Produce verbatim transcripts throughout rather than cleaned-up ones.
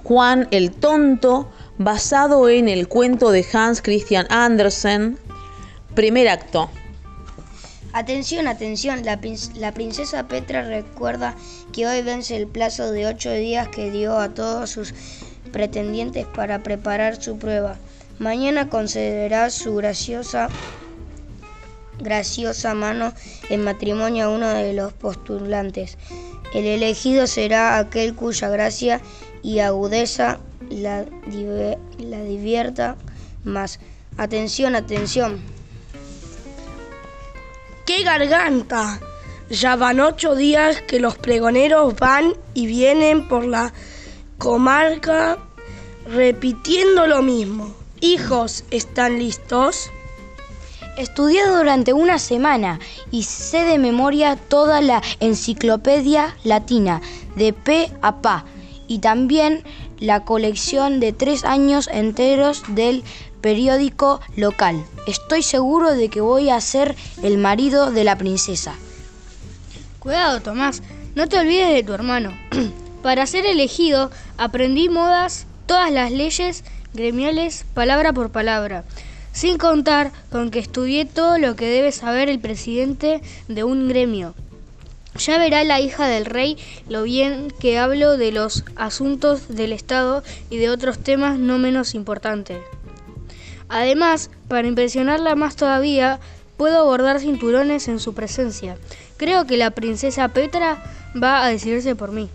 Juan el Tonto, basado en el cuento de Hans Christian Andersen. Primer acto. Atención, atención, la, prin- la princesa Petra recuerda que hoy vence el plazo de ocho días que dio a todos sus pretendientes para preparar su prueba. Mañana concederá su graciosa, graciosa mano en matrimonio a uno de los postulantes. El elegido será aquel cuya gracia y agudeza la, diver- la divierta más. Atención, atención. ¡Qué garganta! Ya van ocho días que los pregoneros van y vienen por la comarca repitiendo lo mismo. Hijos, ¿están listos? Estudié durante una semana y sé de memoria toda la enciclopedia latina, de pe a pa, y también la colección de tres años enteros del periódico local. Estoy seguro de que voy a ser el marido de la princesa. Cuidado, Tomás, no te olvides de tu hermano. Para ser elegido, aprendí modas, todas las leyes gremiales, palabra por palabra, sin contar con que estudié todo lo que debe saber el presidente de un gremio. Ya verá la hija del rey lo bien que hablo de los asuntos del Estado y de otros temas no menos importantes. Además, para impresionarla más todavía, puedo bordar cinturones en su presencia. Creo que la princesa Petra va a decidirse por mí.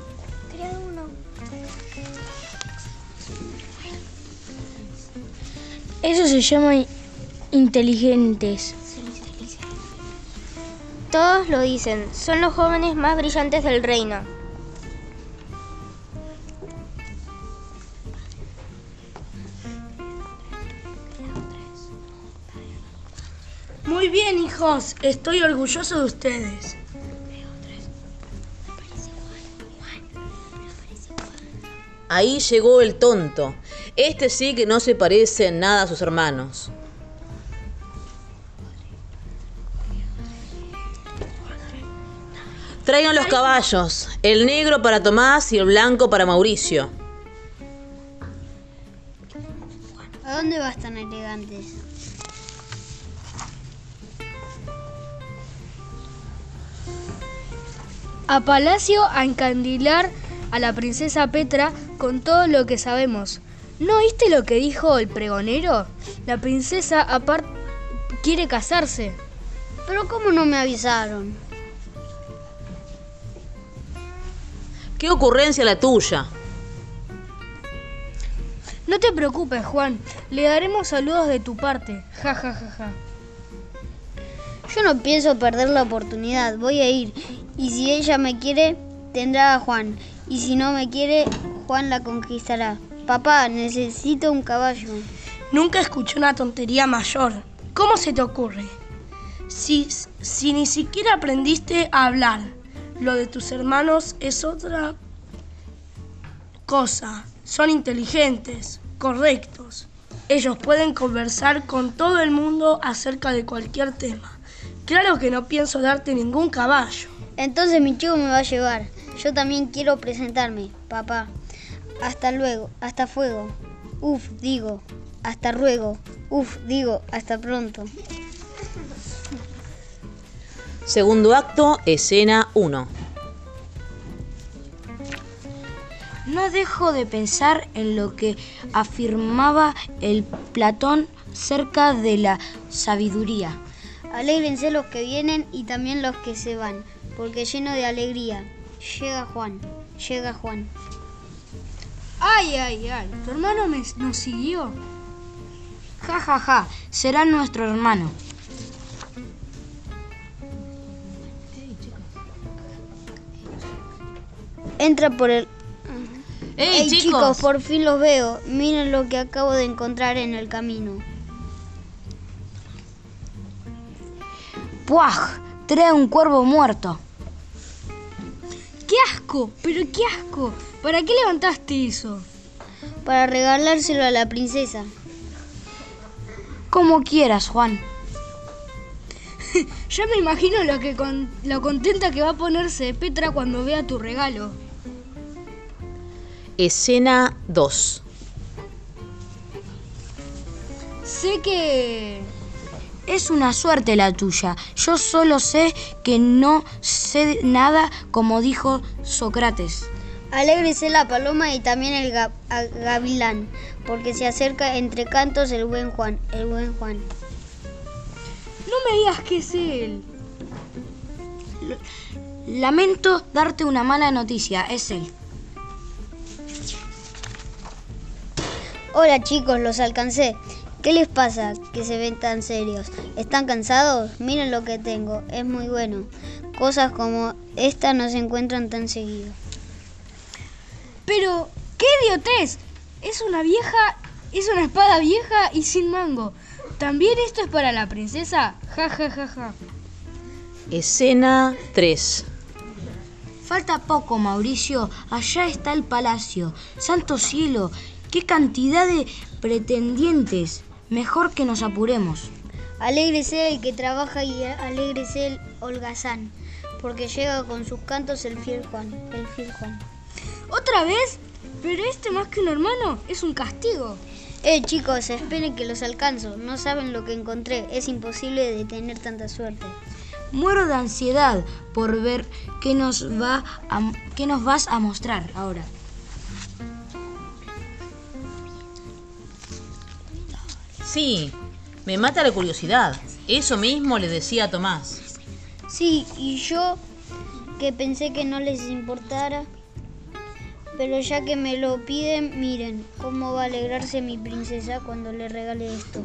Eso se llama inteligentes. Todos lo dicen, son los jóvenes más brillantes del reino. Muy bien, hijos, estoy orgulloso de ustedes. Ahí llegó el tonto. Este sí que no se parece en nada a sus hermanos. Traigan los caballos, el negro para Tomás y el blanco para Mauricio. ¿A dónde vas tan elegantes? A palacio a encandilar a la princesa Petra con todo lo que sabemos. ¿No oíste lo que dijo el pregonero? La princesa aparte quiere casarse. ¿Pero cómo no me avisaron? ¡Qué ocurrencia la tuya! No te preocupes, Juan. Le daremos saludos de tu parte. Ja, ja, ja, ja. Yo no pienso perder la oportunidad, voy a ir. Y si ella me quiere, tendrá a Juan. Y si no me quiere, Juan la conquistará. Papá, necesito un caballo. Nunca escuché una tontería mayor. ¿Cómo se te ocurre? Si, si ni siquiera aprendiste a hablar, lo de tus hermanos es otra cosa. Son inteligentes, correctos. Ellos pueden conversar con todo el mundo acerca de cualquier tema. Claro que no pienso darte ningún caballo. Entonces mi chico me va a llevar. Yo también quiero presentarme, papá. Hasta luego, hasta fuego. Uf, digo, hasta luego. Uf, digo, hasta pronto. Segundo acto, escena uno. No dejo de pensar en lo que afirmaba el Platón cerca de la sabiduría. Alégrense los que vienen y también los que se van, porque lleno de alegría. Llega Juan, llega Juan. Ay, ay, ay. ¿Tu hermano me, nos siguió? Ja, ja, ja. Será nuestro hermano. Entra por el... ¡Ey, ¡Ey, chicos! chicos! Por fin los veo. Miren lo que acabo de encontrar en el camino. ¡Puaj! Trae un cuervo muerto. ¡Qué asco! ¡Pero qué asco! ¿Para qué levantaste eso? Para regalárselo a la princesa. Como quieras, Juan. Ya me imagino lo, que con, lo contenta que va a ponerse Petra cuando vea tu regalo. Escena dos. Sé que... Es una suerte la tuya. Yo solo sé que no sé nada, como dijo Sócrates. Alégrese la paloma y también el ga- a- gavilán, porque se acerca entre cantos el buen Juan, el buen Juan. No me digas que es él. Lamento darte una mala noticia, es él. Hola chicos, los alcancé. ¿Qué les pasa que se ven tan serios? ¿Están cansados? Miren lo que tengo, es muy bueno. Cosas como esta no se encuentran tan seguido. Pero, ¡qué idiotez! Es una vieja... Es una espada vieja y sin mango. ¿También esto es para la princesa? Ja, ja, ja, ja. Escena tres. Falta poco, Mauricio. Allá está el palacio. Santo cielo, qué cantidad de pretendientes. Mejor que nos apuremos. Alégrese el que trabaja y alégrese el holgazán, porque llega con sus cantos el fiel Juan, el fiel Juan. ¿Otra vez? Pero este más que un hermano es un castigo. Eh chicos, esperen que los alcanzo. No saben lo que encontré. Es imposible de tener tanta suerte. Muero de ansiedad por ver qué nos va a, qué nos vas a mostrar ahora. Sí, me mata la curiosidad. Eso mismo le decía a Tomás. Sí, y yo que pensé que no les importara, pero ya que me lo piden, miren cómo va a alegrarse mi princesa cuando le regale esto.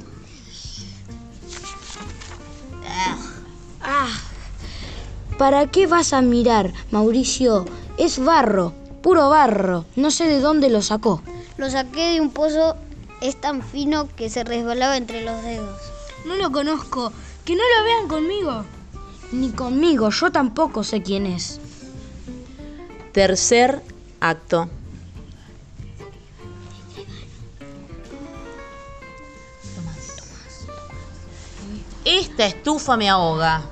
Ah, ¿para qué vas a mirar, Mauricio? Es barro, puro barro. No sé de dónde lo sacó. Lo saqué de un pozo, es tan fino que se resbalaba entre los dedos. No lo conozco. Que no lo vean conmigo. Ni conmigo, yo tampoco sé quién es. Tercer acto. Esta estufa me ahoga.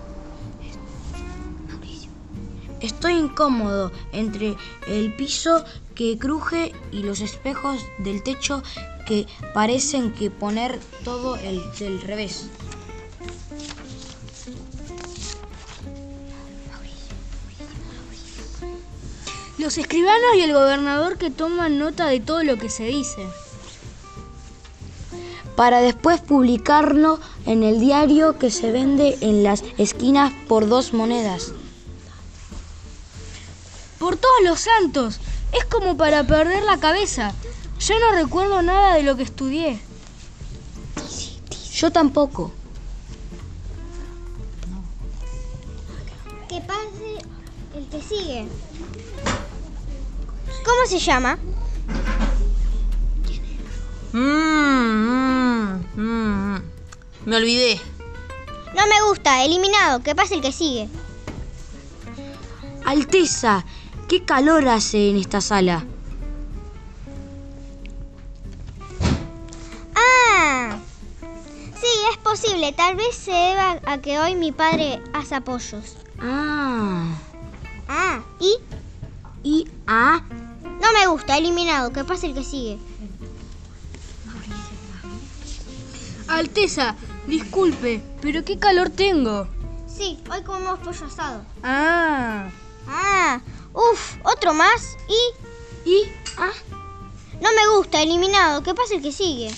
Estoy incómodo entre el piso que cruje y los espejos del techo que parecen que poner todo el del revés. Los escribanos y el gobernador que toman nota de todo lo que se dice. Para después publicarlo en el diario que se vende en las esquinas por dos monedas. Por todos los santos. Es como para perder la cabeza. Ya no recuerdo nada de lo que estudié. Yo tampoco. Que pase el que sigue. ¿Cómo se llama? Mmm, mmm, mmm. Me olvidé. No me gusta, eliminado. Que pase el que sigue. Alteza, qué calor hace en esta sala. Ah, sí, es posible. Tal vez se deba a que hoy mi padre asa pollos. Ah. Ah, ¿y? Y ah. No me gusta, eliminado. Que pase el que sigue. Alteza, disculpe, pero qué calor tengo. Sí, hoy comemos pollo asado. Ah. Ah, uff, otro más. ¿Y? Y ah. No me gusta, eliminado. Que pase el que sigue.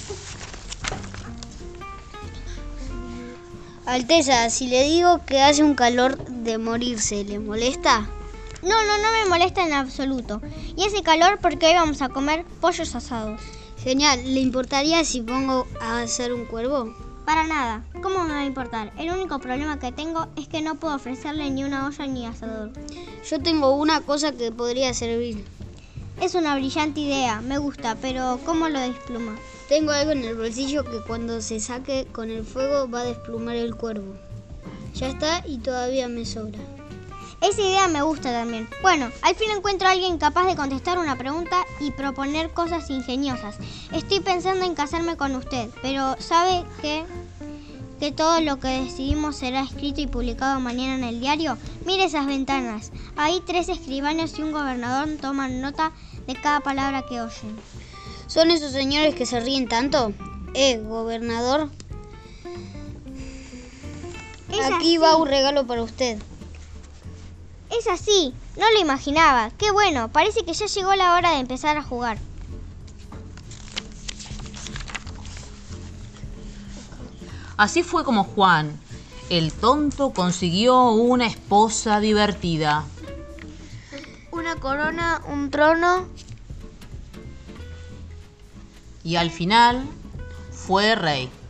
Alteza, si le digo que hace un calor de morirse, ¿le molesta? No, no, no me molesta en absoluto. Y ese calor porque hoy vamos a comer pollos asados. Genial, ¿le importaría si pongo a hacer un cuervo? Para nada. ¿Cómo me va a importar? El único problema que tengo es que no puedo ofrecerle ni una olla ni asador. Yo tengo una cosa que podría servir. Es una brillante idea, me gusta, pero ¿cómo lo despluma? Tengo algo en el bolsillo que cuando se saque con el fuego va a desplumar el cuervo. Ya está y todavía me sobra. Esa idea me gusta también. Bueno, al fin encuentro a alguien capaz de contestar una pregunta y proponer cosas ingeniosas. Estoy pensando en casarme con usted, pero ¿sabe qué? Que todo lo que decidimos será escrito y publicado mañana en el diario. Mire esas ventanas. Ahí tres escribanos y un gobernador toman nota de cada palabra que oyen. ¿Son esos señores que se ríen tanto? Eh, gobernador, Es aquí así. va un regalo para usted. Es así, no lo imaginaba. Qué bueno, parece que ya llegó la hora de empezar a jugar. Así fue como Juan, el tonto, consiguió una esposa divertida. Una corona, un trono. Y al final fue rey.